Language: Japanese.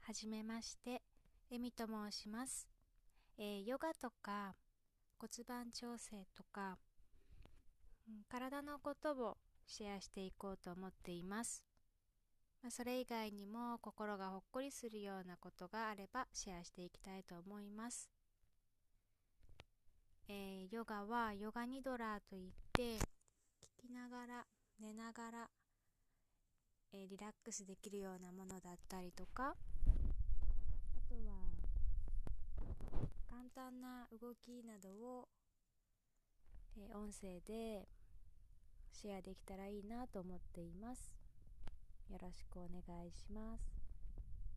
はじめまして、エミと申します。ヨガとか骨盤調整とか、体のことをシェアしていこうと思っています。それ以外にも心がほっこりするようなことがあればシェアしていきたいと思います。ヨガはヨガニドラーといって、聞きながら寝ながら、リラックスできるようなものだったりとか、あとは簡単な動きなどを、音声でシェアできたらいいなと思っています。よろしくお願いします。